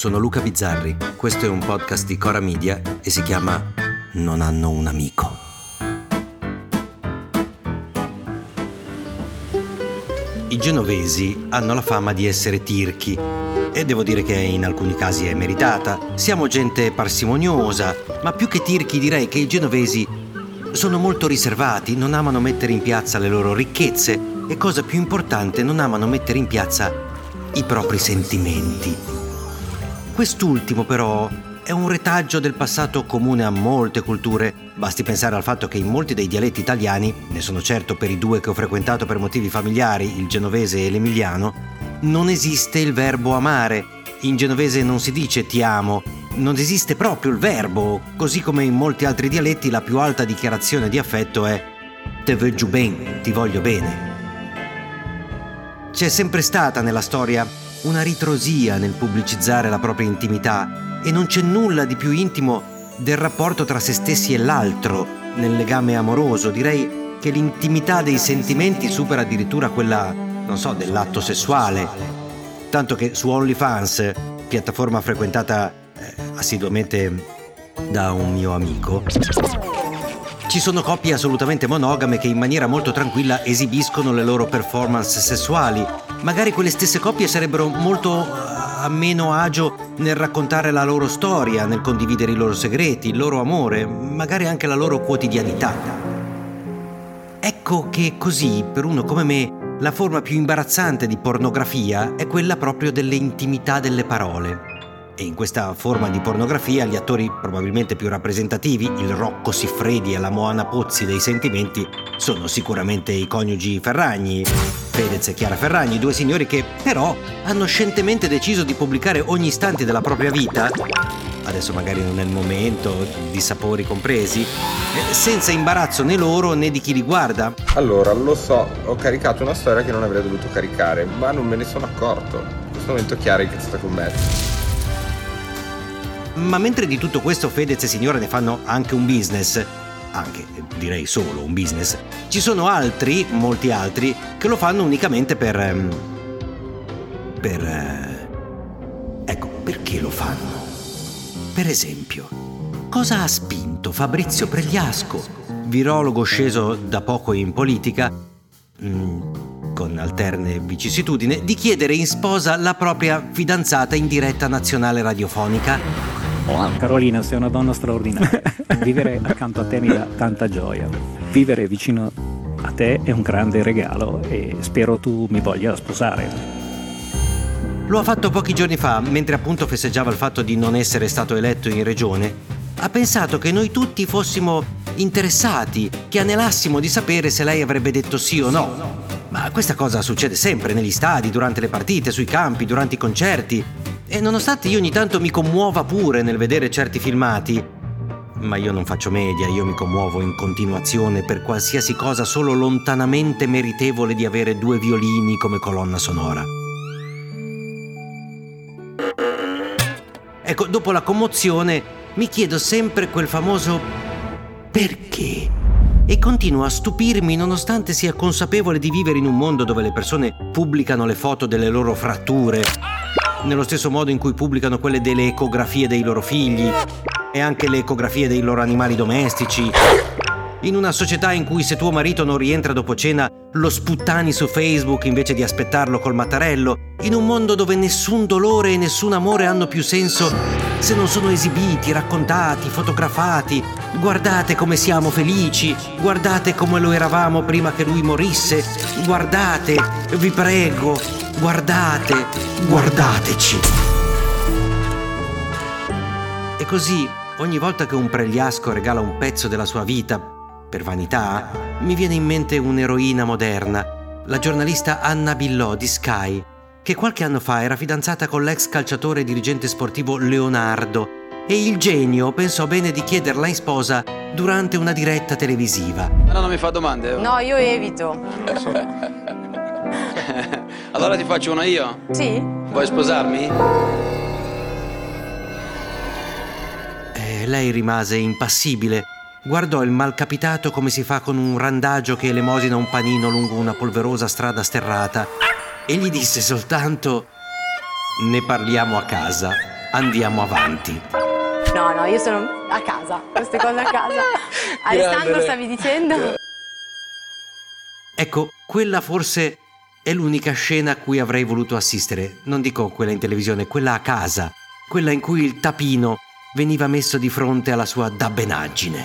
sono Luca Bizzarri, questo è un podcast di Cora Media e si chiama Non hanno un amico. I genovesi hanno la fama di essere tirchi e devo dire che in alcuni casi è meritata. Siamo gente parsimoniosa, ma più che tirchi direi che i genovesi sono molto riservati, non amano mettere in piazza le loro ricchezze e, cosa più importante, non amano mettere in piazza i propri sentimenti. Quest'ultimo però è un retaggio del passato comune a molte culture. Basti pensare al fatto che in molti dei dialetti italiani, ne sono certo per i due che ho frequentato per motivi familiari, il genovese e l'emiliano, non esiste il verbo amare. In genovese non si dice ti amo, non esiste proprio il verbo, così come in molti altri dialetti la più alta dichiarazione di affetto è te voglio ben, ti voglio bene. C'è sempre stata nella storia una ritrosia nel pubblicizzare la propria intimità e non c'è nulla di più intimo del rapporto tra se stessi e l'altro nel legame amoroso. Direi che l'intimità dei sentimenti supera addirittura quella, non so, dell'atto sessuale, tanto che su OnlyFans, piattaforma frequentata assiduamente da un mio amico, ci sono coppie assolutamente monogame che in maniera molto tranquilla esibiscono le loro performance sessuali. Magari quelle stesse coppie sarebbero molto a meno agio nel raccontare la loro storia, nel condividere i loro segreti, il loro amore, magari anche la loro quotidianità. Ecco che così, per uno come me, la forma più imbarazzante di pornografia è quella proprio delle intimità delle parole. E in questa forma di pornografia gli attori probabilmente più rappresentativi, il Rocco Siffredi e la Moana Pozzi dei sentimenti, sono sicuramente i coniugi Ferragni, Fedez e Chiara Ferragni, due signori che però hanno scientemente deciso di pubblicare ogni istante della propria vita, adesso magari non è il momento, di sapori compresi, senza imbarazzo né loro né di chi li guarda. Allora, lo so, ho caricato una storia che non avrei dovuto caricare, ma non me ne sono accorto. In questo momento Chiara è incazzata con me. Ma mentre di tutto questo Fedez e Signora ne fanno anche un business, anche direi solo un business, ci sono altri, molti altri, che lo fanno unicamente ecco, perché lo fanno? Per esempio, cosa ha spinto Fabrizio Pregliasco, virologo sceso da poco in politica, con alterne vicissitudini, di chiedere in sposa la propria fidanzata in diretta nazionale radiofonica? Carolina, sei una donna straordinaria. Vivere accanto a te mi dà tanta gioia. Vivere vicino a te è un grande regalo e spero tu mi voglia sposare. Lo ha fatto pochi giorni fa, mentre appunto festeggiava il fatto di non essere stato eletto in regione. Ha pensato che noi tutti fossimo interessati, che anelassimo di sapere se lei avrebbe detto sì o no. Ma questa cosa succede sempre negli stadi, durante le partite, sui campi, durante i concerti. E nonostante io ogni tanto mi commuova pure nel vedere certi filmati, ma io non faccio media, io mi commuovo in continuazione per qualsiasi cosa solo lontanamente meritevole di avere due violini come colonna sonora. Ecco, dopo la commozione mi chiedo sempre quel famoso perché e continuo a stupirmi nonostante sia consapevole di vivere in un mondo dove le persone pubblicano le foto delle loro fratture nello stesso modo in cui pubblicano quelle delle ecografie dei loro figli e anche le ecografie dei loro animali domestici. In una società in cui se tuo marito non rientra dopo cena lo sputtani su Facebook invece di aspettarlo col mattarello. In un mondo dove nessun dolore e nessun amore hanno più senso se non sono esibiti, raccontati, fotografati. Guardate come siamo felici, guardate come lo eravamo prima che lui morisse, guardate, vi prego, guardate, guardateci. E così, ogni volta che un Pregliasco regala un pezzo della sua vita, per vanità, mi viene in mente un'eroina moderna, la giornalista Anna Billò di Sky, che qualche anno fa era fidanzata con l'ex calciatore e dirigente sportivo Leonardo e il genio pensò bene di chiederla in sposa durante una diretta televisiva. No, non mi fa domande? No, io evito. Allora ti faccio una io? Sì? Vuoi sposarmi? Lei rimase impassibile. Guardò il malcapitato come si fa con un randagio che elemosina un panino lungo una polverosa strada sterrata e gli disse soltanto: ne parliamo a casa. andiamo avanti. No, io sono a casa, queste cose a casa. Alessandro, stavi dicendo? Ecco, quella forse è l'unica scena a cui avrei voluto assistere. Non dico quella in televisione, quella a casa. Quella in cui il tapino veniva messo di fronte alla sua dabbenaggine.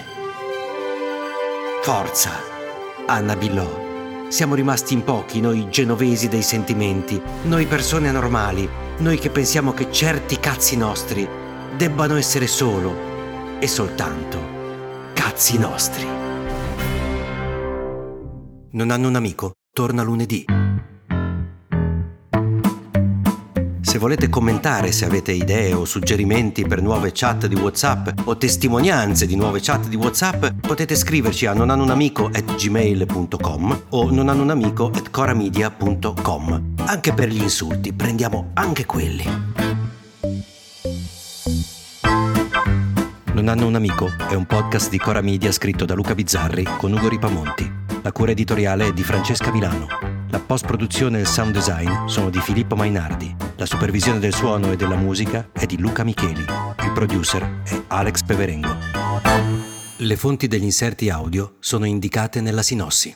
Forza, Anna Billò. Siamo rimasti in pochi, noi genovesi dei sentimenti, noi persone anormali, noi che pensiamo che certi cazzi nostri debbano essere solo e soltanto cazzi nostri. Non hanno un amico? Torna lunedì. Se volete commentare, se avete idee o suggerimenti per nuove chat di WhatsApp o testimonianze di nuove chat di WhatsApp, potete scriverci a nonhannounamico@gmail.com o nonhannounamico@coramedia.com. Anche per gli insulti, prendiamo anche quelli. Non hanno un amico è un podcast di Cora Media scritto da Luca Bizzarri con Ugo Ripamonti. La cura editoriale è di Francesca Milano. La post-produzione e il sound design sono di Filippo Mainardi. La supervisione del suono e della musica è di Luca Micheli. Il producer è Alex Peverengo. Le fonti degli inserti audio sono indicate nella sinossi.